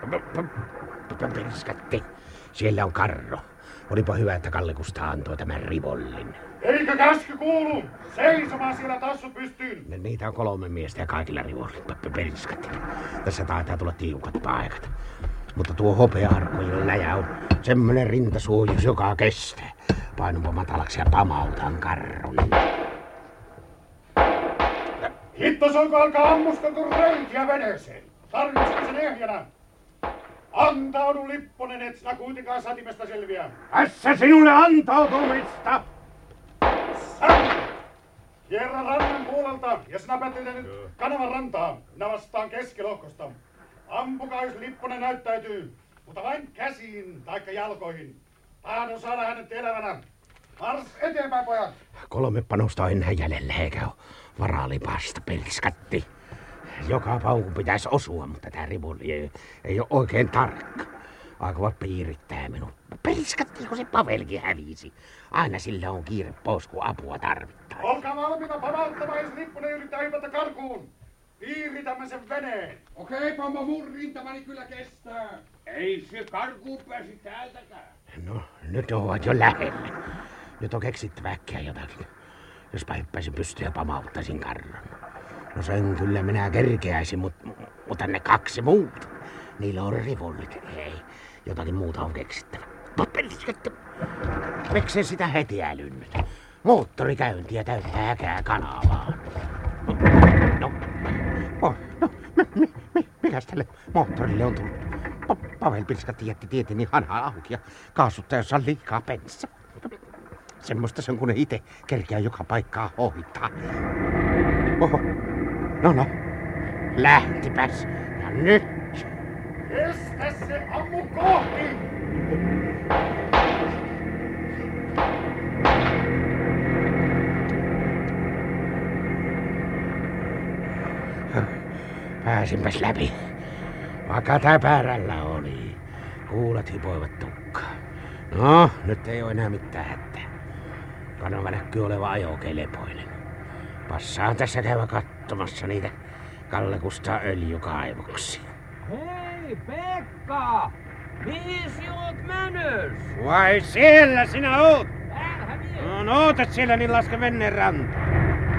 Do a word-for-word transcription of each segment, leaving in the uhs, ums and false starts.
Pirskatti. Siellä on Karro. Olipa hyvä, että Kalle Kustaa antoi tämän rivollin. Eikä käsky kuulu! Seisomaan siellä tassut pystyyn! Niitä on kolme miestä ja kaikilla rivollit. Pirskatti. Tässä taitaa tulla tiukat paikat. Mutta tuo hopeaharkkojen läjä on semmonen rintasuojus, joka kestää. Painunpa matalaksi ja pamautan Karron. Hittos onko alkaa ammuskeltu reikiä veneeseen? Tarvitsen sen ehjänä. Antaudu Lipponen, et sinä kuitenkaan satimesta selviää. Tässä sinulle antautumista! Sä! Kierrä rannan puolelta ja sinä pättelet nyt kanavan rantaa. Minä vastaan keskilohkosta. Ampukaa, jos Lipponen näyttäytyy, mutta vain käsiin taikka jalkoihin. Tahdon saada hänet elävänä. Mars eteenpäin, pojat! Kolme panosta on enää jäljellä, eikä ole varaa lipasta, Pirskatti. Joka paukun pitäisi osua, mutta tää rivulli ei, ei ole oikein tarkka. Alkavat piirittää minut. Pirskatti, kun se Pavelkin hävisi. Aina sillä on kiire pois, kun apua tarvittaa. Olkaa valmiita pamauttamaan, jos Lipponen yrittää hypätä karkuun. Piiritämme sen veneen. Okei, pommo, mun rintamani kyllä kestää. Ei se karkuun pääsi täältäkään. No, nyt ovat jo lähellä. Nyt on keksittävä äkkiä jotakin. Jospa hyppäisin pystyyn ja pamauttaisin Karron. No sen kyllä minä kerkeäisin, mutta mutta ne kaksi muuta. Niillä on rivollit. Ei, jotakin muuta on keksittävä. Miksei sitä heti älynnyt? Moottori käyntiä täyttää häkää kanavaa. No, oh, no, mi, mi, mikäs tälle moottorille on tullut? Pa- Pavel Pirskatti jätti tieteni hanhaa auki ja kaasuttaa, jos on liikaa penssä. Semmoista se on, kun ne itse kerkeää joka paikkaa hoitaa. Oho, no no, lähtipäs. Ja nyt. Estä se, ammu kohti! Pääsinpäs läpi. Vaikka täpärällä oli. Kuulat hipoivat tukkaa. No, nyt ei oo enää mitään hätää. Kanava näkyy oleva ajokelepoinen. Passaan tässä käydä katsomassa niitä Kalle Kustaa öljykaivoksia. Hei, Pekka! Mihin sinä oot menös? Vai siellä sinä oot? Täällähän mie. No, no ootat siellä, niin laske venneen rantaan.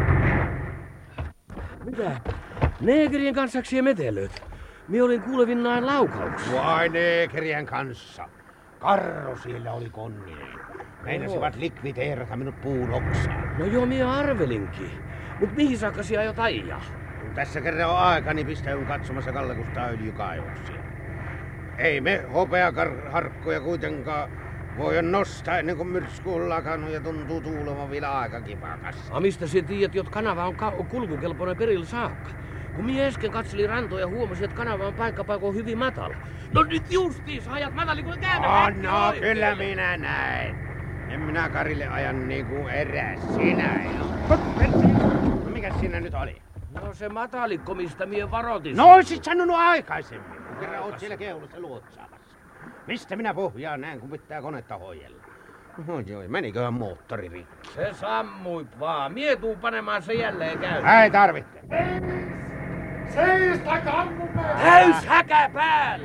Mitä? Neegerien kanssa sie metelöt? Mie olin kuulevinnain laukauksia. Vai neekerien kanssa. Karro siellä oli konninen. Meinasivat likviteerata minut puun oksaan. No joo, mie arvelinkin. Mut mihin saakka sie aiot ajaa? Kun tässä kerran on aika, niin pistäydyn katsomassa Kalle Kustaa öljykaivoksia. Ei me hopeaharkkoja kuitenkaan voi nostaa ennen kuin myrsky on lakannut ja tuntuu tuulevan vielä aika kipakasta. A mistä sinä tiedät, jot kanava on ka- kulkukelpoinen perille saakka? Kun minä äsken katselin rantoja ja huomasin, että kanava on paikkapaikoin hyvin matala. No nyt justiinsa ajat matali, kun käännä. Oh, no kyllä minä näin. En minä Karille ajan niin kuin eräs sinä. No mikäs siinä nyt oli? No se matalikko, mistä mie varoitin. No oisit sanonut aikaisemmin, kun kerran oot siellä keulussa luotsaamassa. Mistä minä pohjaan näen, kun pitää konetta hoidella? Oho joo, meniköhän moottori rikki? Se sammui vaan. Mie tuun panemaan se jälleen käy. Ei tarvitse. Seis taikka ammu päälle! Täys häkä päälle!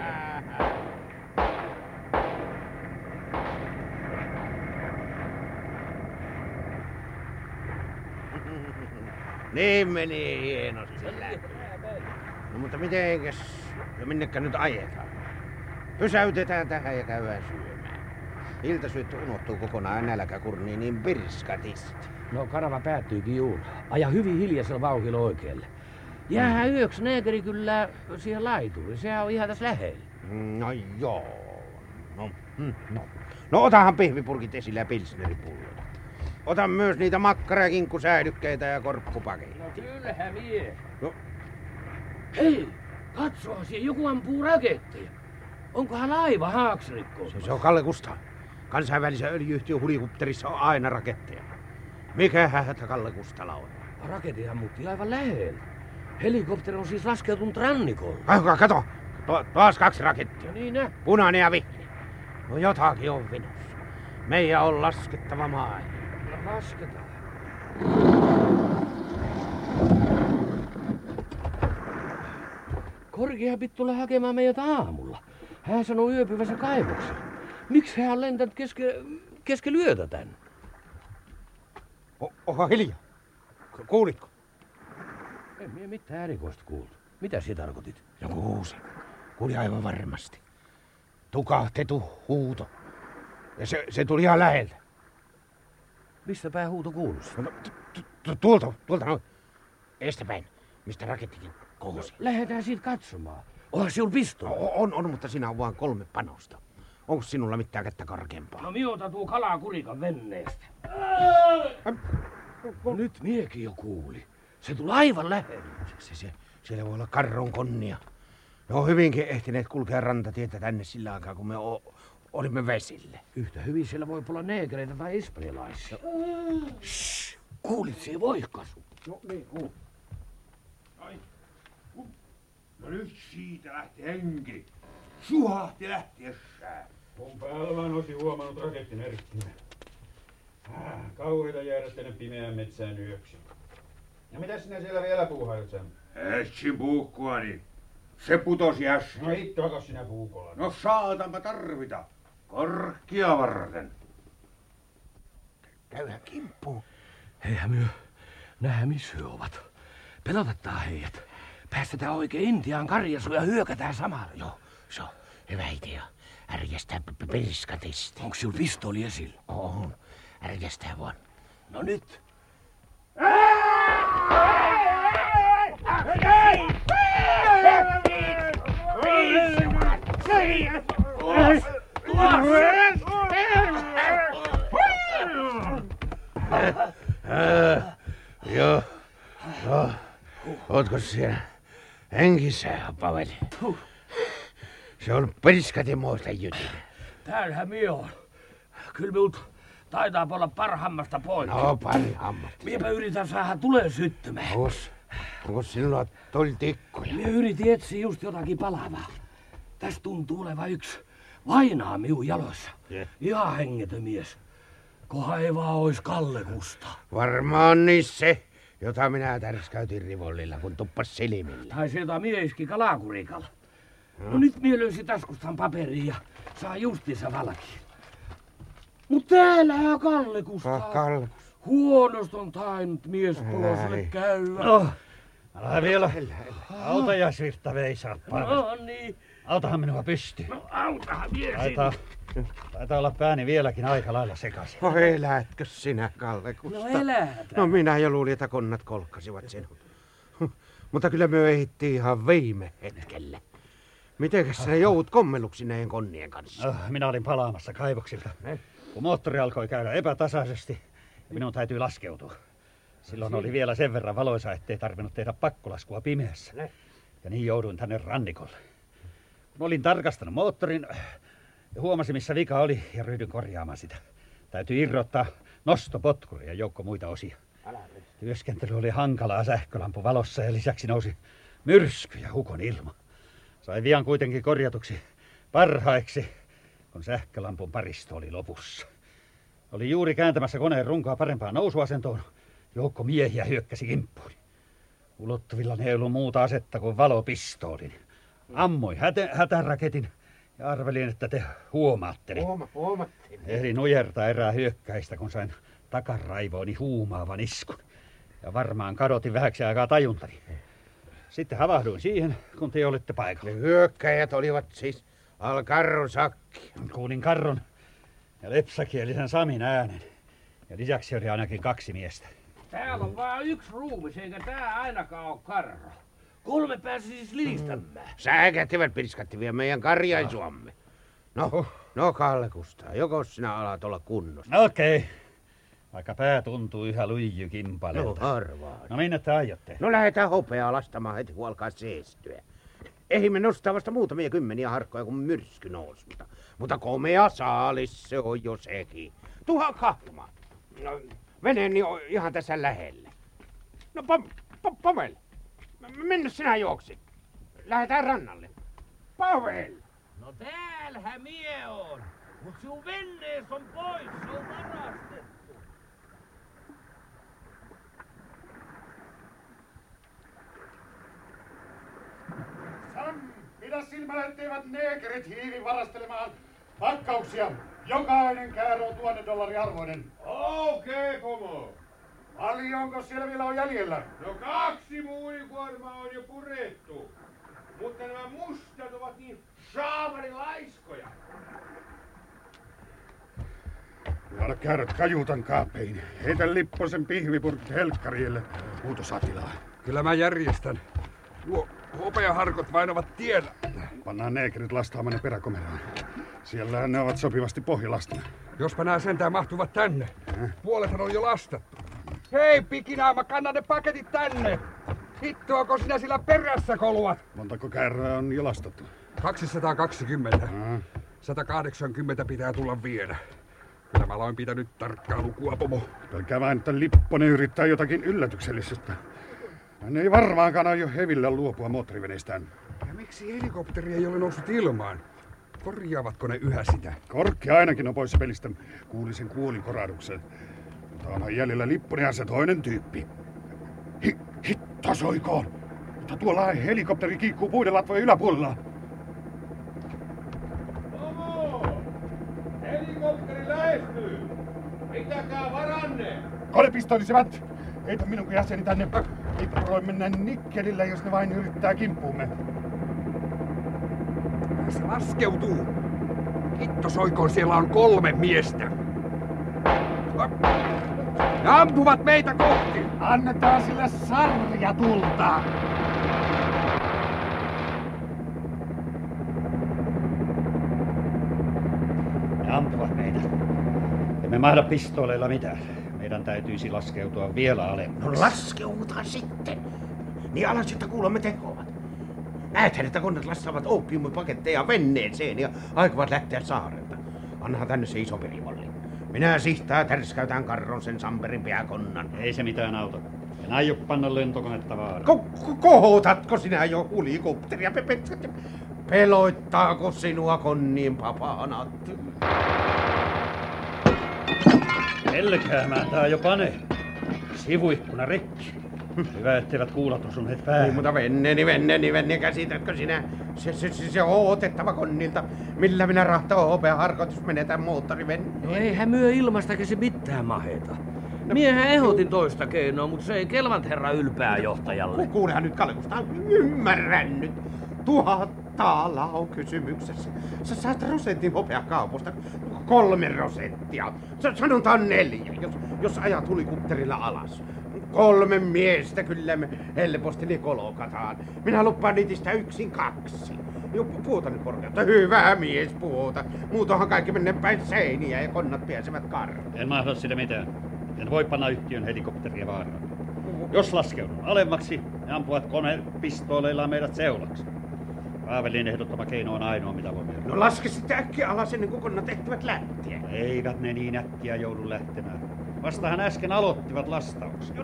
Niin meni hienosti läpi. No mutta mitenkäs ja minnekä nyt ajetaan? Pysäytetään tähän ja käydään syömään. Iltasyöttö unohtuu kokonaan nälkäkurniin niin pirskatisti. No kanava päättyykin juuri. Aja hyvin hiljaisella vauhdilla oikealle. Jäähän yöksi neekeri kyllä siihen laituriin. Sehän on ihan tässä lähellä. No joo. No, hm, no. no otahan pihvipurkit esille ja pilsneripulloja. Otan myös niitä makkara- ja kinkkusäilykkeitä ja korppupakeita. No kyllähän mie. No. Hei, katsoa siellä joku ampuu raketteja. Onkohan laiva haaksirikko? Se, se on Kalle Kustaa. Kansainvälisen öljy-yhtiön helikopterissa on aina raketteja. Mikä hätä Kalle Kustalla on? Raketti ammuttiin aivan lähellä. Helikopteri on siis laskeutunut rannikolle. Aikaa, kato! To, taas kaksi rakettia. No niin nä. Punainen ja vihreä. No jotakin on vinossa. Meidän on laskettava maailma. No lasketaan. Korkea pitää tulla hakemaan meidät aamulla. Hän sanoi yöpyvänsä kaivoksella. Miksi hän on lentänyt keske, keskellä yötä tänne? O, oha hiljaa. Kuulitko? En minä mitään erikoista kuultu. Mitä sinä tarkoitit? No kuusin. Kuuli aivan varmasti. Tukahtettu huuto. Ja se, se tuli ihan läheltä. Mistä päin huuto kuuluisi? No, tu, tu, tuolta, tuolta noin. Estäpäin, mistä rakettikin kohosi. Lähdetään siitä katsomaan. Onhan sinulla pistooli? O, on, on, mutta siinä on vain kolme panosta. Onko sinulla mitään kättä karkeampaa? No miota tuu kalaa kurikan venneestä. No, nyt miekin jo kuuli. Se tuli aivan lähelle. Se, se, siellä voi olla karron konnia. Ne on hyvinkin ehtineet kulkea rantatietä tänne sillä aikaa, kun me o, olimme vesille. Yhtä hyvin siellä voi olla neekereitä tai espanjalaisia. Shh, kuulit siihen voihkasu? No niin, kuul. Ai. No nyt siitä lähti henki. Suhahti lähtiessään. Mun päällä vaan olisi huomannut raketin erkkiä. Kauheita jäädä tänne pimeään metsään yöksi. Ja mitä sinä siellä vielä puuhailut sen? Etsin puukkuani. Se putosi äsken. No hittoakas sinä puukolla. No saatanpa tarvita. Korkkia varten. Käydään kimppuun. Eihän myö nähdä missä he ovat. Pelotetaan heidät. Päästetään oikein Intiaan karjasu ja hyökätään samalla. Joo, se on hyvä idea. Ärjestää pirskatisti. Onko sinulla pistooli esillä? On. Ärjestää vaan. No nyt. Joo. Joo. Ootko siellä hengissä, Paveli? Se on pirskatimoista jytinä. Täällähän minä on. Kyllä minulta taitaa olla parhaimmasta poikki. No, pari hammasta. Minäpä yritän saada tuleen syttymään. Onks, onko sinulla toltikkoja? Minä yritin etsiä just jotakin palavaa. Tästä tuntuu olevan yksi vainaa minun jaloissa. Yeah. Ihan hengetön mies. Kohan ei vaan ois Kalle Kusta. Varmaan niin se, jota minä tärskäytin rivollilla, kun tuppas silmillä. Tai se, jota mie iski kalakurikalla. No, no nyt mie löysin taskustaan paperia ja saa justiinsa valkiin. Mut täällähän Kalle Kusta. Ka- Kalle. Huonosti on tainnut miespoloselle käydä. No, älä vielä auta ja sirta veisaa paljon. No niin. Autahan minua pystyyn. No autahan mies Taitaa, taitaa olla pääni vieläkin aika lailla sekaisin. No elätkö sinä, Kalle Kusta? No elätä. No minä jo luulin, että konnat kolkkasivat sinut. Mutta kyllä me ehittiin ihan viime hetkelle. Mitenkäs sinä joudut kommelluksi näiden konnien kanssa? No, minä olin palaamassa kaivoksilta, kun moottori alkoi käydä epätasaisesti ja minun täytyy laskeutua. Silloin oli vielä sen verran valoisa, ettei tarvinnut tehdä pakkolaskua pimeässä. Ja niin jouduin tänne rannikolle. Kun olin tarkastanut moottorin ja huomasin, missä vika oli ja ryhdyin korjaamaan sitä. Täytyy irrottaa nostopotkuri ja joukko muita osia. Työskentely oli hankalaa sähkölampun valossa ja lisäksi nousi myrsky ja hukon ilma. Sain vian kuitenkin korjatuksi parhaiksi, kun sähkölampun paristo oli lopussa. Oli juuri kääntämässä koneen runkoa parempaan nousuasentoon. Joukko miehiä hyökkäsi kimppuun. Ulottuvilla ei ollut muuta asetta kuin valopistoolin. Ammoin hätä, hätäraketin ja arvelin, että te huomaatte ne. Huoma, huomattiin. Ehdin nujertaa erää hyökkäistä, kun sain takaraivooni huumaavan iskun. Ja varmaan kadotin vähäksi aikaa tajuntani. Sitten havahduin siihen, kun te olitte paikalla. Ne hyökkäjät olivat siis Alcarron sakki. Kuulin Karron ja lepsäkielisen Samin äänen. Ja lisäksi oli ainakin kaksi miestä. Täällä on vaan yksi ruumis, eikä tää ainakaan ole Karro. Kolme pääsi siis liistämään. Säkättivät pirskattivia meidän karjaisuamme. No, no Kalle Kustaa, joko sinä alat olla kunnossa? Okei. Okay. Vaikka pää tuntuu yhä luijykimpaleelta. No arvaa. No minne te aiotte? No lähdetään hopeaa lastamaan heti, kun alkaa seestyä. Ehimme nostaa vasta muutamia kymmeniä harkkoja, kun myrsky nousi. Mutta, mutta komea saalis se on jo sekin. Tuha kahtumaan. No, veneeni on ihan tässä lähellä. No pom, pom, Pavel, minne sinä juoksit? Lähdetään rannalle. Pavel! No täällähän mie on. Mut sinun vennees on pois, se on varastettu. Sam, Pidä silmällä, etteivät neekerit hiivi varastelemaan pakkauksia. Jokainen käärö on tuhannen dollarin arvoinen. Okei, okay, pomo. Paljonko siellä vielä on jäljellä? No kaksi muikuormaa on jo purettu. Mutta nämä mustat ovat niin saavari-laiskoja. Laada kääröt kajuutan kaapein. Heitä Lipposen pihvipurkki helkkarielle. Huutosatilaa. Kyllä mä järjestän. Nuo hopeaharkot vain ovat tiellä. Pannaan neekerit lastaamaan ne peräkomeraan. Siellähän ne ovat sopivasti pohjalastana. Jospa nää sentään mahtuvat tänne. Puolethan on jo lastattu. Hei, pikinaama, kanna ne paketit tänne! Hittoako sinä sillä perässä koluat? Montako kääröä on jo lastattu? kaksisataakaksikymmentä. Aa. sata kahdeksankymmentä pitää tulla vielä. Kyllä mä aloin pitänyt tarkkaa lukua, pomo. Pelkää vain, että Lipponen yrittää jotakin yllätyksellisestä. Hän ei varmaankaan aio hevillä luopua moottoriveneistään. Ja miksi helikopteri ei ole noussut ilmaan? Korjaavatko ne yhä sitä? Korkki ainakin on poissa pelistä. Kuuli sen kuolinkorahduksen. Mutta onhan jäljellä Lipponen ja se toinen tyyppi. Hi, hitto soikoon! Mutta tuolla helikopteri kiikkuu puiden latvojen yläpuolella. Pomo! Helikopteri lähestyy! Pitäkää varanne! Konepistoolisivat! Eipä minun jäseni tänne. Eipä voi mennä nikkelille, jos ne vain yrittää kimppuumme. Se laskeutuu. Hitto soikoon, siellä on kolme miestä. Ne ampuvat meitä kohti. Annetaan sille sarjatulta! Ne ampuvat meitä. Emme mahda pistooleilla mitään. Meidän täytyisi laskeutua vielä alemmas. No laskeudutaan sitten. Niin alas, jotta kuulemme tekoavat. Näethän, että koneet lastaavat oopiumipaketteja venneeseen ja aikovat lähteä saarelta. Annahan tänne se iso perivolli. Minä sihtää tärskäytän karron sen Samperin pääkonnan. Ei se mitään auta. En aio panna lentokonetta vaaraan. Ko- kohotatko sinä jo helikopteria, pepetsät? Peloittaako sinua konniin papanat? Pelkäämään tää jo pane. Sivuikkuna rikki. Hyvä, etteivät kuulat osuneet päähän. Ei, mutta venneeni, venneeni, venneeni, käsitätkö sinä? Se, se, se, se on otettava konnilta. Millä minä rahtaa hopea harkoitus menetään moottorivenneen? No eihän myö ilmasta se mitään maheta. Miehän ehdotin toista keinoa, mutta se ei kelvant herra ylpää johtajalle. Kuulehan nyt Kalekusta, ymmärrän nyt. Tuhat taala on kysymyksessä. Sä saat rosentin hopeakauposta. Kolme rosenttia. Sanotaan neljä, jos, jos ajat helikopterilla alas. Kolme miestä kyllä me helposti ne kolokataan. Minä lupaan niitistä yksin kaksi. Jo, puhuta nyt korkeutta. Hyvä mies, puhuta. Muutoinhan kaikki menee päin seiniä ja konnat pääsevät karkuun. En mahda sitä mitään. En voi panna yhtiön helikopteria vaaraan. Jos laskeudun alemmaksi, ne ampuvat konepistooleilla meidät seulaksi. Paavelin ehdottama keino on ainoa, mitä voi tehdä. No laske sitten äkkiä alas ennen kuin konnat ehtivät lähteä. Eivät ne niin äkkiä joudu lähtemään. Vastahan äsken aloittivat lastauksen.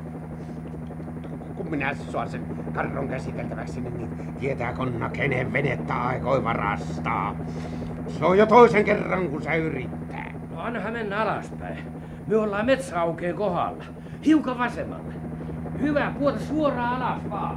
Kun minä saan sen karron käsiteltäväksi, niin tietää konna kenen venettä aikoi varastaa. Se on jo toisen kerran, kun se yrittää. No annahan mennä alaspäin. Me ollaan metsäaukeen kohdalla. Hiukan vasemmalle. Hyvä, puota suoraan alas vaan.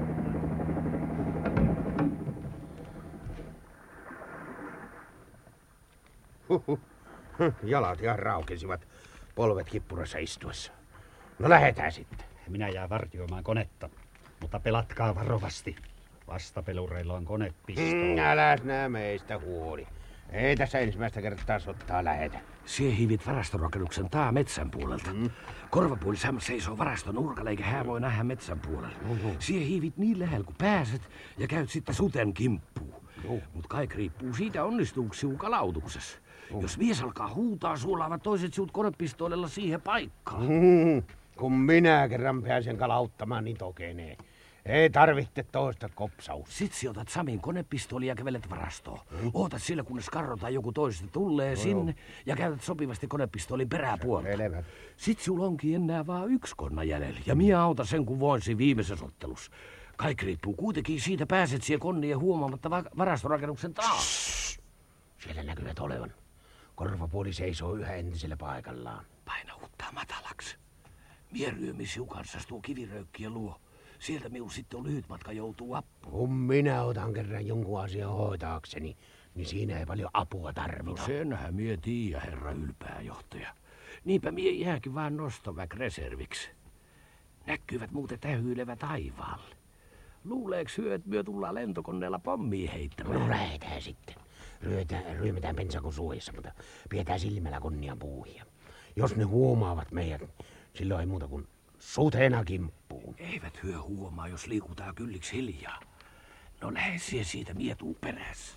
Huhhuh. Jalat ihan raukesivat, polvet kippurassa istuessa. No lähetään sitten. Minä jään vartioimaan konetta, mutta pelatkaa varovasti. Vastapelureilla on konepistooli. Mm, älä nää meistä huoli. Ei tässä ensimmäistä kertaa sottaa lähetä. Sie hiivit varastorakennuksen taa metsän puolelta. Mm. Korvapuoli Sam seisoo varaston nurkalla eikä hän voi nähdä metsän puolella. Mm-hmm. Sie hiivit niin lähellä kun pääset ja käyt sitten suten kimppuun. Mm. Mut kaikki riippuu siitä onnistuuko siu kalautuksessa. Mm. Jos mies alkaa huutaa, sulaavat toiset siut konepistoolilla siihen paikkaan. Mm. Kun minä kerran pääsen kalauttamaan, niin tokenee. Ei tarvitse toista kopsausta. Sit sijoitat Samin konepistooli ja kävelet varastoon. Mm. Ootat sillä, kunnes karro tai joku toisesta tulee no, sinne ja käytät sopivasti konepistoolin peräpuolta. Sit sulla onkin enää vaan yksi konna jäljellä. Ja minä autan sen, kun voin siinä viimeisessä ottelussa. Kaikki riippuu kuitenkin siitä, pääset siihen konnien huomaamatta va- varastorakennuksen taas. Siellä näkyvät olevan. Korvapuoli seisoo yhä entisellä paikallaan. Paina uuttaa matalaksi. Mie ryömi siu kanssa tuo kiviröykkien luo. Sieltä minun sitten on lyhyt matka joutuu appuun. Kun minä otan kerran jonkun asian hoitaakseni, niin siinä ei paljon apua tarvita. No senhän mie tiiä, herra ylpääjohtaja. Niinpä mie jääkin vaan nostoväk reserviksi. Näkyvät muuten tähyilevä taivaalle. Luuleeks hyö, että myö tullaan lentokoneella pommia heittämään? No lähetään sitten. Ryötään, ryömetään pensakon suojissa, mutta pidetään silmällä kunnian puuhia. Jos ne huomaavat meidät, silloin ei muuta kuin sutena kimppuun. Eivät hyö huomaa, jos liikutaan kylliksi hiljaa. No lähde siihen siitä, mie tuu perässä.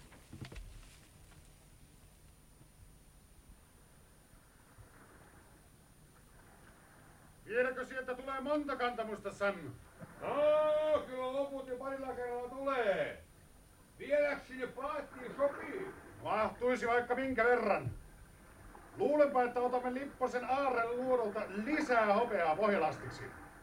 Vieläkö sieltä tulee monta kantamusta, Sam? No, kyllä loput jo parilla kerralla tulee. Vieläks sinne paattiin sopii? Mahtuisi vaikka minkä verran. Luulenpa, että otamme Lipposen aarren luodolta lisää hopeaa pohjalastiksi.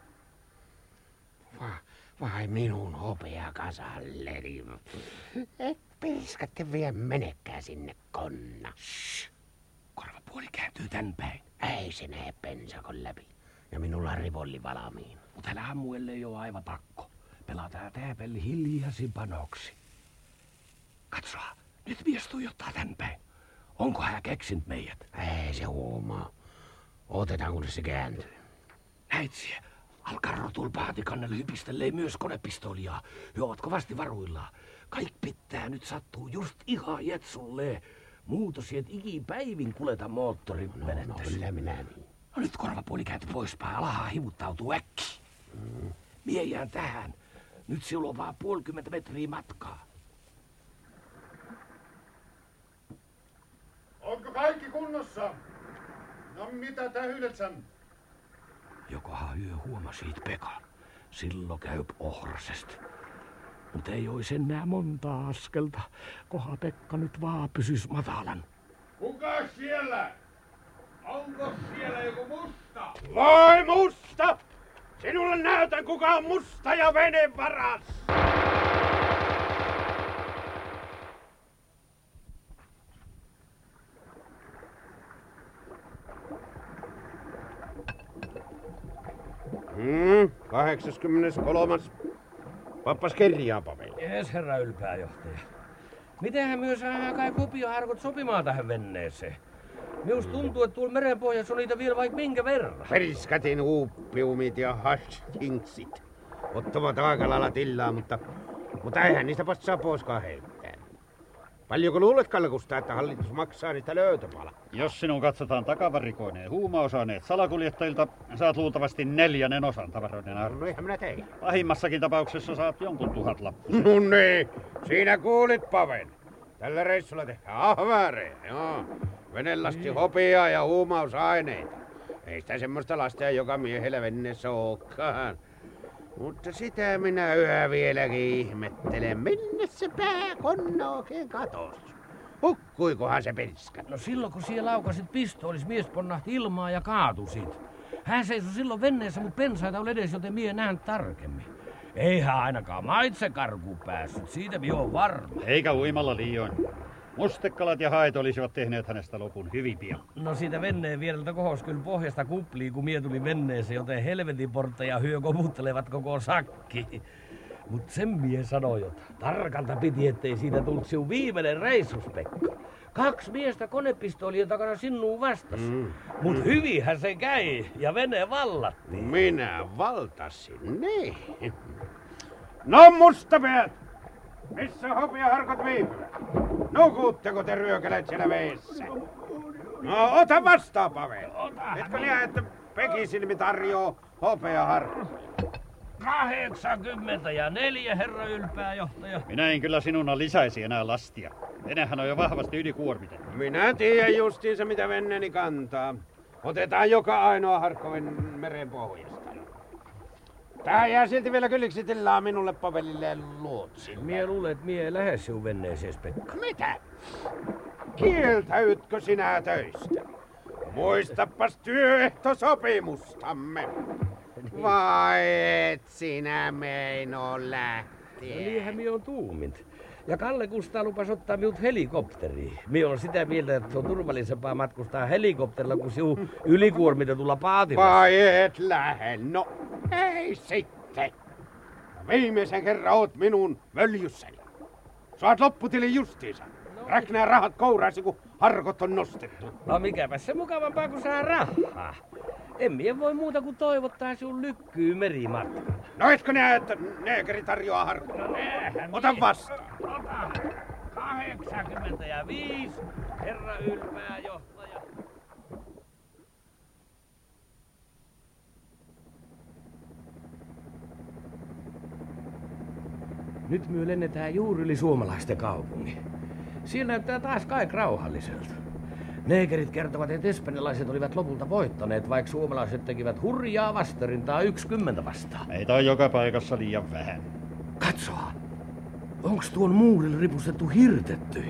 Va, vai minun hopea kasalleni. Et pirskatte vielä menekään sinne, konna. Shh. Korvapuoli kääntyy tän päin. Ei se näe pensakon läpi. Ja minulla on rivolli valmiin. Mutta älä ammu, ellei oo aivan pakko. Pelataan tää pelli hiljaisin panoksi. Katsoa, nyt mies tuijottaa tän päin. Onko hän keksinyt meidät? Ei se huomaa. Otetaan, kunnes se kääntyy. Näit sie, alkaa rotul paatikannelle hypistelee myös konepistoolia. He ovat kovasti varuillaan. Kaik pitää nyt sattuu just ihan jetsulleen. Muutos et ikipäivin kuleta moottorin No, no menettäisi. kyllä minä niin. No nyt korvapuoli käänty poispäin, alahan hivuttautuu äkki. Mm. Mie jään tähän. Nyt sinulla on vaan puolikymmentä metriä matkaa. Onko kaikki kunnossa? No mitä tähyilet, Sam? Jokohan hyö huomasit Pekka. Silloin käy ohrasesti. Mut ei ois enää monta askelta, koha Pekka nyt vaan pysys matalan. Kuka siellä? Onko siellä joku musta? Voi musta! Sinulle näytän, kuka on musta ja vene varas! Hmm, kahdeksaskymmeneskolmas. Pappas kirjaa, Paveli. Jees, herra ylpääjohtaja. Mitenhän myös saadaan kai kopioharkot sopimaan tähän venneeseen? Minusta tuntuu, että tuolla merenpohjassa on niitä vielä vaikka minkä verran. Periskatin uuppiumit ja hashtinksit ottavat aika lailla tilaa, mutta, mutta eihän niistä passaa poiskaan heittää. Paljonko luulet, Kalle-Kustaa, että hallitus maksaa niistä löytöpalkkaa? Jos sinun katsotaan takavarikoineen huumausaineet salakuljettajilta, saat luultavasti neljännen osan tavaroiden No arvosta. eihän minä tein. Pahimmassakin tapauksessa saat jonkun tuhat lappua. No niin, siinä kuulit, Pavel. Tällä reissulla tehdään ahvääreja, joo. Venelasti hopeaa ja huumausaineita. Ei sitä semmoista lastia joka miehellä venneessä olekaan. Mutta sitä minä yhä vieläkin ihmettelen, minne se pääkonna oikein katosi. Hukkuikohan se pirskat? No silloin kun siellä laukasit pistoolis, mies ponnahti ilmaa ja kaatui siitä. Hän seisoi silloin venneessä, mutta pensaita oli edes, joten mie näen tarkemmin. Eihän ainakaan maitse karkuun päässyt, siitä mie oon varma. Eikä uimalla liioin. Mustekalat ja hait olisivat tehneet hänestä lopun hyvin pian. No siitä venneen viereltä kohos kyllä pohjasta kuplii, kun mie tuli venneeseen, joten helvetin portteja hyö koputtelevat koko sakki. Mut sen mie sanoi, jota tarkalta piti, ettei siitä tullut sinun viimeinen reissus, Pekka. Kaksi miestä konepistoolien takana sinuun vastasi. Mm. Mut hyvinhän se käy ja vene vallattiin. Minä valtasin, niin. No mustapäät! Missä hopeaharkot viipyvät? Nukuutteko te ryökälät siellä veessä? No ota vastaan, Pavel. Etkö liian, että Pekisilmi tarjoaa hopeaharkkoja? kahdeksankymmentä ja neljä, herra ylpääjohtaja. Minä en kyllä sinuna lisäisi enää lastia. Venehän on jo vahvasti ylikuormitettu. Minä tiedän justiinsa, mitä venneeni kantaa. Otetaan joka ainoa harkko meren pohjasta. Tähän jää silti vielä kylliksi tilaa minulle, Pavelille ja luotsin. Mie luulen, että mie ei lähde sinun venneesees, Pekka. Mitä? Kieltäytkö sinä töistä? Muistapas työehtosopimustamme. Vai et sinä meino lähteä? No niinhän mie on tuumint. Ja Kalle Kustaa lupas ottaa minut helikopteriin. Mie on sitä mieltä, että se on turvallisempaa matkustaa helikopterilla kuin sinun ylikuormitetulla paatilla. Vai et lähde? No, ei sitten. Viimeisen kerran oot minun möljyssällä. Saat lopputilin justiinsa. Räknää rahat kouraasi, kun harkot on nostettu. No mikäpäs se mukavampaa, kun saa rahaa. En mie voi muuta kuin toivottaa sun lykkyy merimatkalla. No etkö näe, että neekeri tarjoaa harkot? No näähän Ota mie. vastaan. Ota. kahdeksankymmentäviisi, herra ylpää johtaja. Nyt myö lennetään juuri yli suomalaisten kaupungin. Siellä näyttää taas kaikki rauhalliselta. Neekerit kertovat, että espanjalaiset olivat lopulta voittaneet, vaikka suomalaiset tekivät hurjaa vastarintaa yksi kymmentä vastaan. Meitä on joka paikassa liian vähän. Katsoa! Onks tuon muurille ripustettu hirtetty?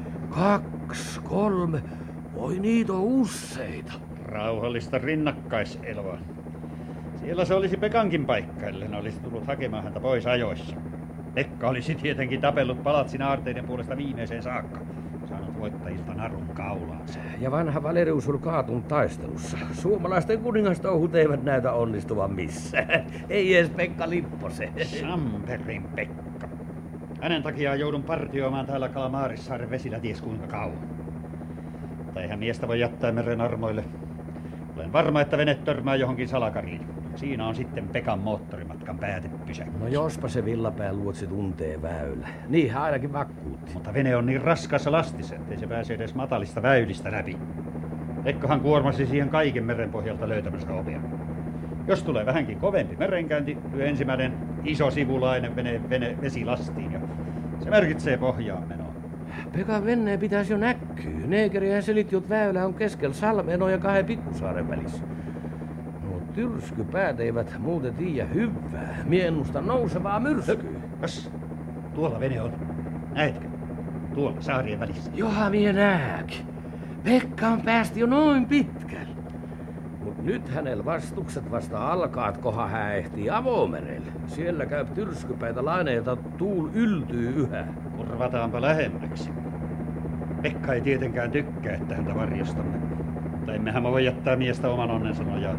Kaksi, kolme, oi niitä on useita. Rauhallista rinnakkaiseloa. Siellä se olisi Pekankin paikka, ellei ne olisi tullut hakemaan häntä pois ajoissa. Pekka olisi tietenkin tapellut palatsin aarteiden puolesta viimeiseen saakka. Saanut voittajilta narun kaulaansa. Ja vanha Valerius oli kaatunut taistelussa. Suomalaisten kuningastouhut eivät näytä onnistuvan missään. Ei edes Pekka Lipposen. Samperin Pekka. Hänen takiaan joudun partioimaan täällä Kalmaarissaaren vesillä ties kuinka kauan. Mutta eihän miestä voi jättää meren armoille. Olen varma, että vene törmää johonkin salakariin. Siinä on sitten Pekan moottorimatkan päätepysäkki. No jospa se villapään luotsi tuntee väylä. Niin hän ainakin vakuutti. Mutta vene on niin raskaassa lastissa, ettei se pääse edes matalista väylistä läpi. Pekkahan kuormasi siihen kaiken meren pohjalta löytämänsä ovea. Jos tulee vähänkin kovempi merenkäynti, lyö ensimmäinen iso sivulainen vene, vene vesilastiin ja se merkitsee pohjaan menoa. Pekan veneen pitäisi jo näkyy. Neekerihän selitti, että väylä on keskellä Salmeno ja kahden pikkusaaren välissä. No tyrskypäät eivät muuten tiedä hyvää. Mie ennustan nousevaa myrskyä. Kas, tuolla vene on. Näetkö? Tuolla saarien välissä. Joha mie nääkin. Pekka on päästi jo noin pitkällä. Mut nyt hänellä vastukset vasta alkaa, että kohan hän ehtii avomerelle. Siellä käy tyrskypäitä laineita, tuul yltyy yhä. Kurvataanpa lähemmäksi. Pekka ei tietenkään tykkää, että häntä varjostamme. Mutta emmehän voi jättää miestä oman onnensa nojaan.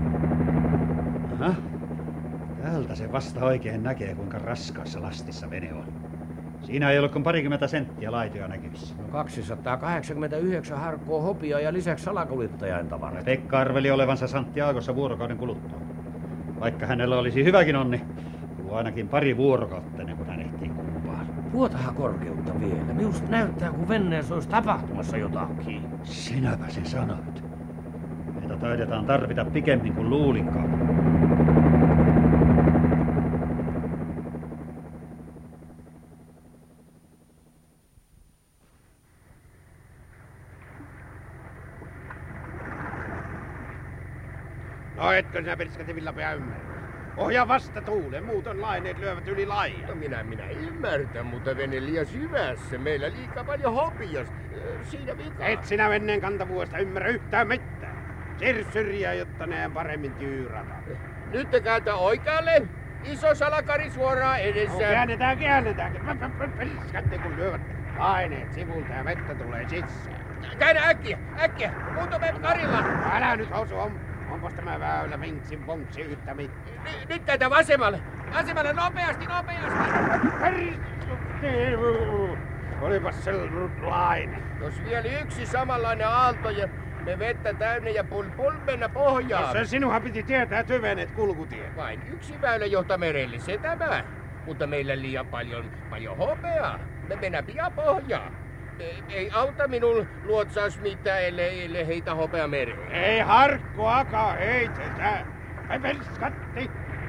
Aha. Täältä se vasta oikein näkee, kuinka raskaassa lastissa vene on. Siinä ei ollut kuin parikymmentä senttiä laitoja näkyvissä. No kaksisataakahdeksankymmentäyhdeksän harkkoa hopia ja lisäksi salakuljettajain tavarat. Pekka arveli olevansa Santiagossa vuorokauden kuluttua. Vaikka hänellä olisi hyväkin onni, kuluu ainakin pari vuorokautta ennen kuin hän ehtii Kuubaan. Vuotahan korkeutta vielä. Minusta näyttää, kun venneessä olisi tapahtumassa jotakin. Sinäpä sen sanoit. Meitä taidetaan tarvita pikemmin kuin luulinkaan. No etkö sinä perskati villapää ymmärrä? Ohjaa vasta tuulen, muuten laineet lyövät yli laia. No minä, minä ymmärtän, mutta vene liian syvässä. Meillä liikaa paljon hopias. Siinä vika. Et sinä veneen kantavuudesta ymmärrä yhtään mitään. Siirry syrjään, jotta näen paremmin tyyrata. Nyt te kääntä oikealle. Iso salakari suoraan edessä. No, käännetään, käännetään. Perskatte, kun lyövät laineet sivulta ja vettä tulee sisään. Käännä äkkiä, äkkiä. Muuten me karilla. Älä nyt hosu, on, onpas tämä väylä vinksin vonksi yhtä mitään. N- nyt kääntä vasemmalle. Vasemmalle nopeasti, nopeasti. Perskatte, olipas se laine. Jos vielä yksi samanlainen aalto ja me vettä täynnä ja pul pul mennä pohjaan. No se sinunhan piti tietää tyvenet kulkutien. Vain yksi väylä johtaa merelle, se tämä. Mutta meillä liian paljon, paljon hopeaa. Me mennään pian pohjaan. Ei, ei auta minun luotsaus mitään, ellei, ellei heitä hopea mereen. Ei harkkoakaan heitetä. Ai perskatti.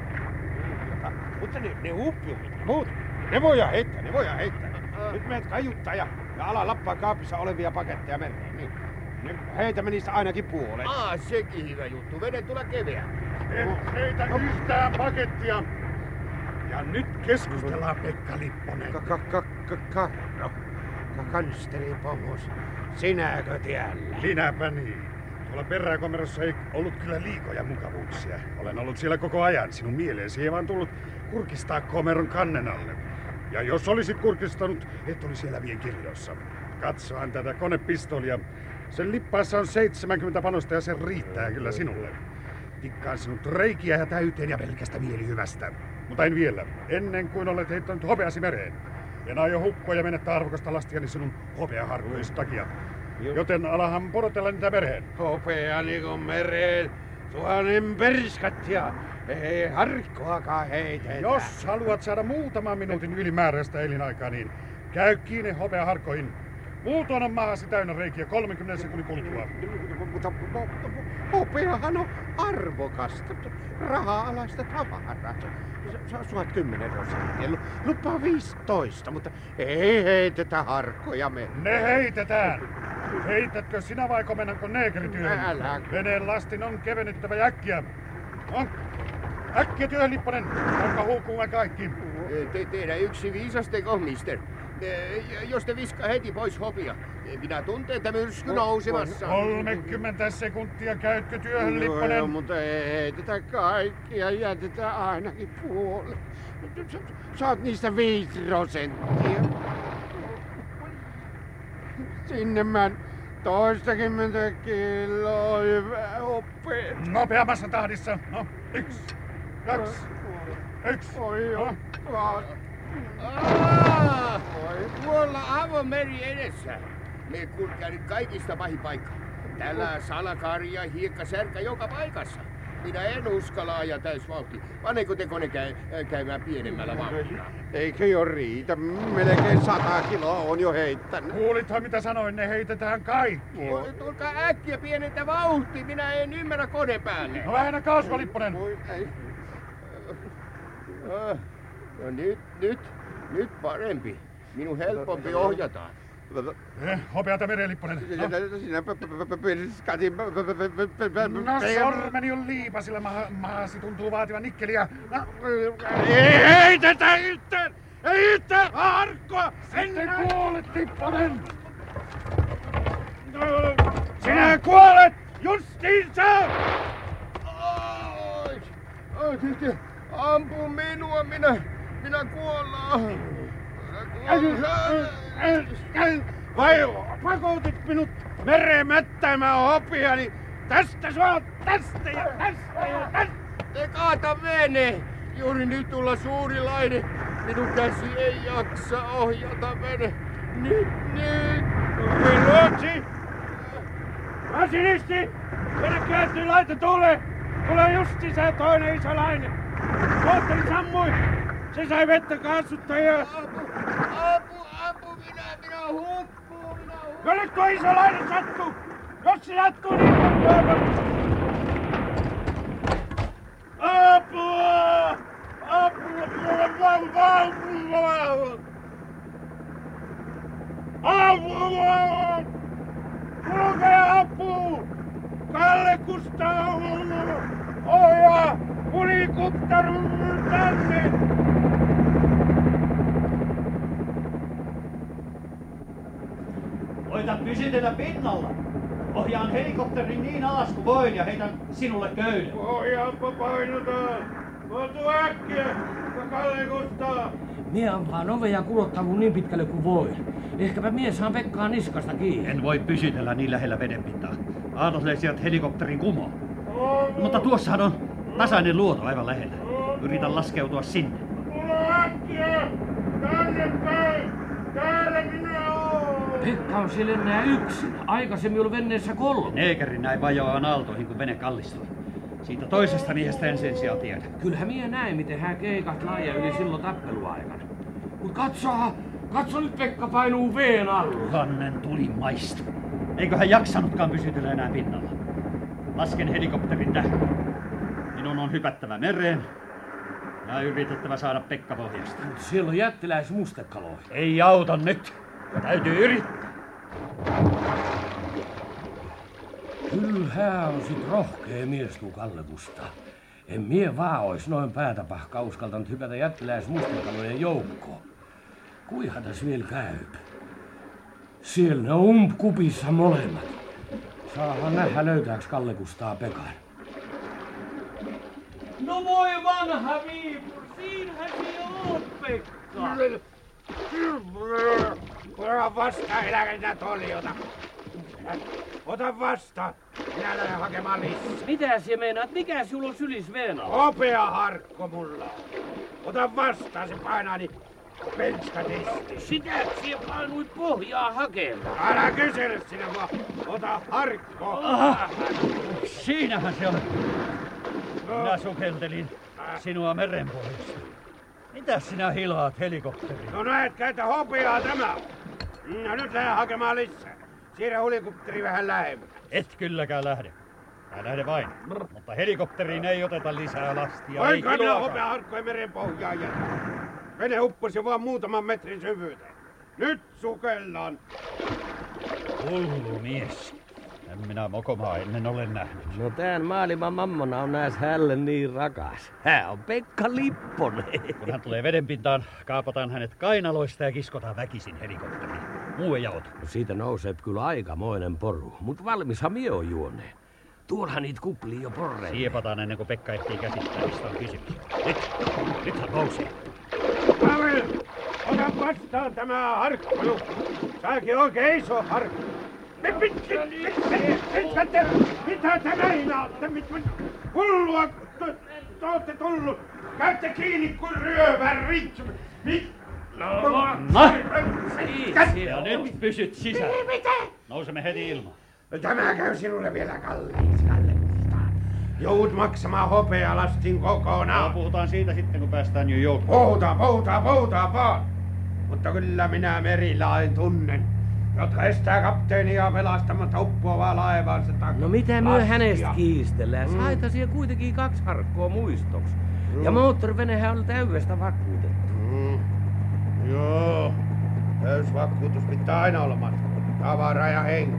Mutta ne, ne uppiumit ja muut, ne voidaan heittää, ne voidaan heittää. Nyt menet kajuttaa ja, ja ala lappaa kaapissa olevia paketteja mereen. Niin. Nyt heitämme niistä ainakin puolet. Aa, sekin hyvä juttu. Vene tulee keveä. Et heitä yhtään pakettia. Ja nyt keskustellaan, Pekka Lipponen. Karro. Kansteri Pomos. Sinäkö tiellä? Minäpä niin. Tuolla peräkomerossa ei ollut kyllä liikoja mukavuuksia. Olen ollut siellä koko ajan. Sinun mieleesi ei vaan tullut kurkistaa komeron kannen alle. Ja jos olisit kurkistanut, et oli siellä vien kirjoissa. Katsohan tätä konepistoolia. Sen lippaassa on seitsemänkymmentä panosta ja se riittää kyllä sinulle. Tikkaan sinut reikiä ja täyteen ja pelkästä mielihyvästä. Mutta en vielä, ennen kuin olet heittänyt hopeasi mereen. En aio hukkua ja menettää arvokasta lastiani sinun hopeaharkkoisi takia. Joten alahan porotella niitä mereen. Hopeani kun mereen, tuhannen perskat ja ei harkkoakaan heitetä. Jos haluat saada muutaman minuutin ylimääräistä elinaikaa, niin käy kiinni hopeaharkkoihin. Muutoin on maahasi täynnä reikiä kolmenkymmenen sekunnin kuluttua. Mutta hopeahan on arvokasta, raha-alaista tavaraa. Sä saat kymmenen prosenttia, lupaa viisitoista, mutta ei heitetä harkkoja me. Ne heitetään. Heitätkö sinä vai komennanko neekerityöhön? Älä. Veneen lastin on kevennyttävä ja äkkiä. On. Äkkiä työhön, Lipponen. Onko huukumme kaikki? Te, tehdä yksi viisas teko, mister. Jos te viskaa heti pois hopia, minä tuntee, että myrsky nousemassa. kolmekymmentä sekuntia käytkö työhön, Lipponen? No, mutta ei heitetä kaikkia, jätetään ainakin puolet. Saat niistä viisi prosenttia. Sinne mä toistakymmentä kiloa hyvää hoppea. Nopeammassa tahdissa. No, yksi, kaksi, yksi. Oi, no. Aah! Tuolla avomeri edessä. Me kulkee nyt kaikista pahin paikka. Täällä salakaari ja hiekkasärkä joka paikassa. Minä en uskalla ajaa täysvauhti. Paneeko te kone käy, käymään pienemmällä vauhdilla? Eikö jo riitä? Melkein sata kiloa on jo heittänyt. Kuulithan mitä sanoin, ne heitetään kaikki. Tulkaa äkkiä pienentä vauhti, minä en ymmärrä kone päälle. No vähennä kaasua, Lipponen. No nyt, nyt, nyt parempi. Minun helpompi ohjata. Eh, hopeata mereen, Lipponen. No, Sinä pirskatin... no sormeni on liipasilla, Ma- maasi tuntuu vaativan nikkeliä. No, ei heitetä itse! Ei itse harkkoa! sitten kuolet, Lipponen. Sinä kuolet justiinsa! Ai, ai, te, ampu minua, minä, minä kuollaan. Vai pakotit minut mereen mättäämään hopiani? Tästä sua, tästä ja tästä ja tästä! Te kaata vene! Juuri nyt tulla suuri laine. Minun käsi ei jaksa ohjata vene. Nyt, nyt! Ruotsi! Masinisti! Mene kääntyy laita tule! Tule justi se toinen iso laine! Moottori sammui! Se sai vettä kaasuttajaa! Apu, apu, apu, minä, minä hukkuu, minä hukkuu! Ja nyt tuo iso laine sattuu! Jos se sattuu, niin apua! Apua! Apua! Apua! Kulkea apua! Kalle Kustaa! Ohjaa! Helikopteri tänne! Koita pysytellä pinnalla. Ohjaan helikopterin niin alas kuin voin ja heitän sinulle köyden. Ohjaanpa painutaan! Kotu äkkiä! Kalle Kustaa! Mie avaan oven ja kurottavun niin pitkälle kuin voi. Ehkäpä mies saan Pekkaa niskasta kiinni. En voi pysytellä niin lähellä vedenpintaa. Aatoslee sieltä helikopterin kumoon. Mutta tuossahan on tasainen luoto aivan lähellä. Yritän laskeutua sinne. Tule äkkiä! Tänne päin! Täällä minä oon! Pekka on siellä enää yksin. Aikaisemmin oli veneessä kolme. Neekeri näin vajoaan aaltoihin, kun vene kallistui. Siitä toisesta miehestä en sen sijaan tiedä. Kyllähän mie näin, miten hän keikat laaja yli silloin tappeluaikana. Mut katsoa, katso nyt Pekka painuu veen alla. Kannen tuli maistu. Eikö hän jaksanutkaan pysytellä enää pinnalla? Lasken helikopterin tähän. Minun on hypättävä mereen ja yritettävä saada Pekka pohjasta. Siellä on jättiläis mustekaloja. Ei auta nyt. Täytyy yrittää. Kyllä hän on sit rohkea mies kuin Kalle Kustaa. En mie vaan ois noin päätapahka uskaltanut hypätä jättiläis mustekalojen joukkoon. Kuinhan tässä vielä käy? Siellä ne on umpkupissa molemmat. Saahan nähdä löytääks Kalle Kustaa Pekan. No voi vanha viipur, siinähän sinä oot, Pekka. Ota vastaan, eläkästä toliota. Ota vastaan. Minä lähden hakemaan lisää. Mitä sinä meinaat? Mikä sulla on sylis veenalla? Hopea harkko mulla on. Ota vastaan, se painaa niin penskatesti. Sitä siellä painuit pohjaa hakemaan. Älä kysele sinä vaan. Ota harkko. Aha. Siinähän se on. Minä sukeltelin sinua merenpohjassa. Mitäs sinä hilaat helikopteriin? No näetkö, että hopeaa tämä on. No nyt lähden hakemaan lisää. Siirrä helikopteri vähän lähemmäs. Et kylläkään lähde. Mä lähde vain. Mutta helikopteriin ei oteta lisää lastia. Ei Oikein minä kiloakaan. hopea harkkoja meren pohjaan jätä. Vene upposi vaan muutaman metrin syvyyteen. Nyt sukellaan. Hullu mies. En minä mokomaa ennen ole nähnyt. No tän maailman mammona on näis hälle niin rakas. Hän on Pekka Lipponen. Kun hän tulee vedenpintaan, kaapataan hänet kainaloista ja kiskotaan väkisin helikopteriin. Muu ei auta. No siitä nousee kyllä aikamoinen poru, mut valmishan mie on juoneen. Tuollahan niitä kuplii jo porreille. Siepataan ennen kuin Pekka ehtii käsittää, mistä on kysymys. Nyt! Nyt hän nousee. Pavel, ota vastaan tämä harkko. Säkin oikein iso harkko. Mitä te meinaatte? Hullua te ootte tullut. Käytte kiinni kuin ryövärit. No! Ja nyt pysyt sisällä. Mitä? Nousemme heti ilmaan. Tämä käy sinulle vielä kalliiksi, Kalle Kustaa. Joudut maksamaan hopealastin No, kokonaan. puhutaan siitä sitten, kun päästään New Yorkiin. Puhutaan, puhutaan, puhutaan vaan. Mutta kyllä minä merilain tunnen, jotka estää kapteenia pelastamasta uppoavaa laivaansa takaa. No mitä myö lastia. hänestä kiistellään? Mm. Saita siellä kuitenkin kaksi harkkoa muistoksi. Mm. Ja moottorivenehän on täydestä vakuutettu. Mm. Joo, täysvakuutus pitää aina olla matkalla. Tavara ja henki.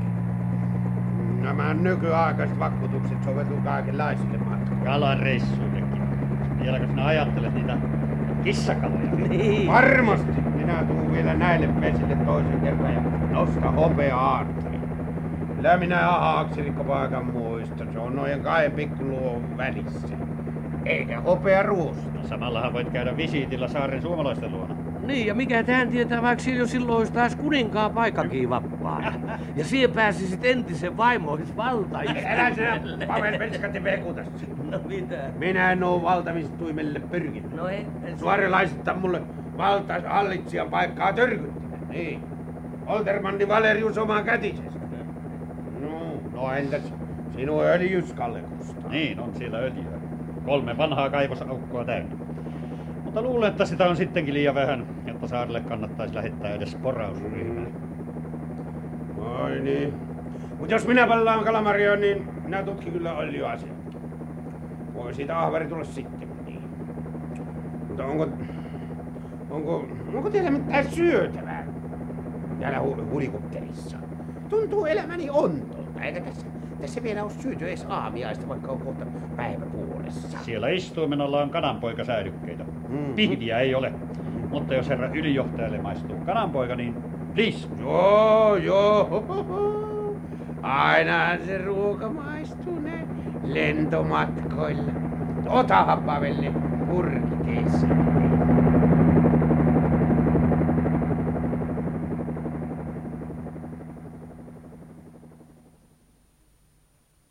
Nämä nykyaikaiset vakuutukset soveltuu kaikenlaisille matkoille. Kalareissuillekin. Vieläkö sinä ajattelet niitä kissakaloja? Niin. Varmasti. Minä tuun vielä näille vesille toisen kerran ja nosta hopea aattari. Kyllä minä haakselikko-paikan muista. Se on noiden kahden pikkuluon välissä. Eikä hopea ruosta. No, samallahan voit käydä visiitillä saaren suomalaisten luona. Niin, ja mikä tähän tietää, vaikka siellä jo silloin olisi taas kuninkaan paikkakin vapaana. Ja siihen pääsisit entisen vaimois valtaiselle. Älä sinä, Pavel Penskatti, vekuta. No mitä? Minä en oo valtamistuimelle pyrkinyt. No ei. Suorilaisettaa mulle valtais hallitsijan paikkaa törkyttivät. Niin. Oltermanni Valerius omaa kätisestä. No, no entäs sinun öljys, Kalle Kustaa? Niin, on siellä öljyä. Kolme vanhaa kaivosaukkoa täynnä. Mutta luulen, että sitä on sittenkin liian vähän, jotta saarelle kannattaisi lähettää edes porausryhmää. Oi niin. Mut jos minä pallaan Kalamarioon, niin minä tutkin kyllä öljyasiat. Voi siitä ahveri tulla sitten. Niin. Mutta onko... Onko... Onko teillä mitään syötävää? Täällä hu- hulikopterissa. Tuntuu elämäni ontolta, eikä tässä... Tässä vielä ole syöty edes aamiaista, vaikka on kohta päiväpuolessa. Siellä istuimenalla on kananpoikasäilykkeitä. Mm. Pihviä ei ole. Mutta jos herra ylijohtajalle maistuu kananpoika, niin please. Joo, joo. Ainahan se ruoka maistunee lentomatkoilla. Otahan Pavelle purkiteesi.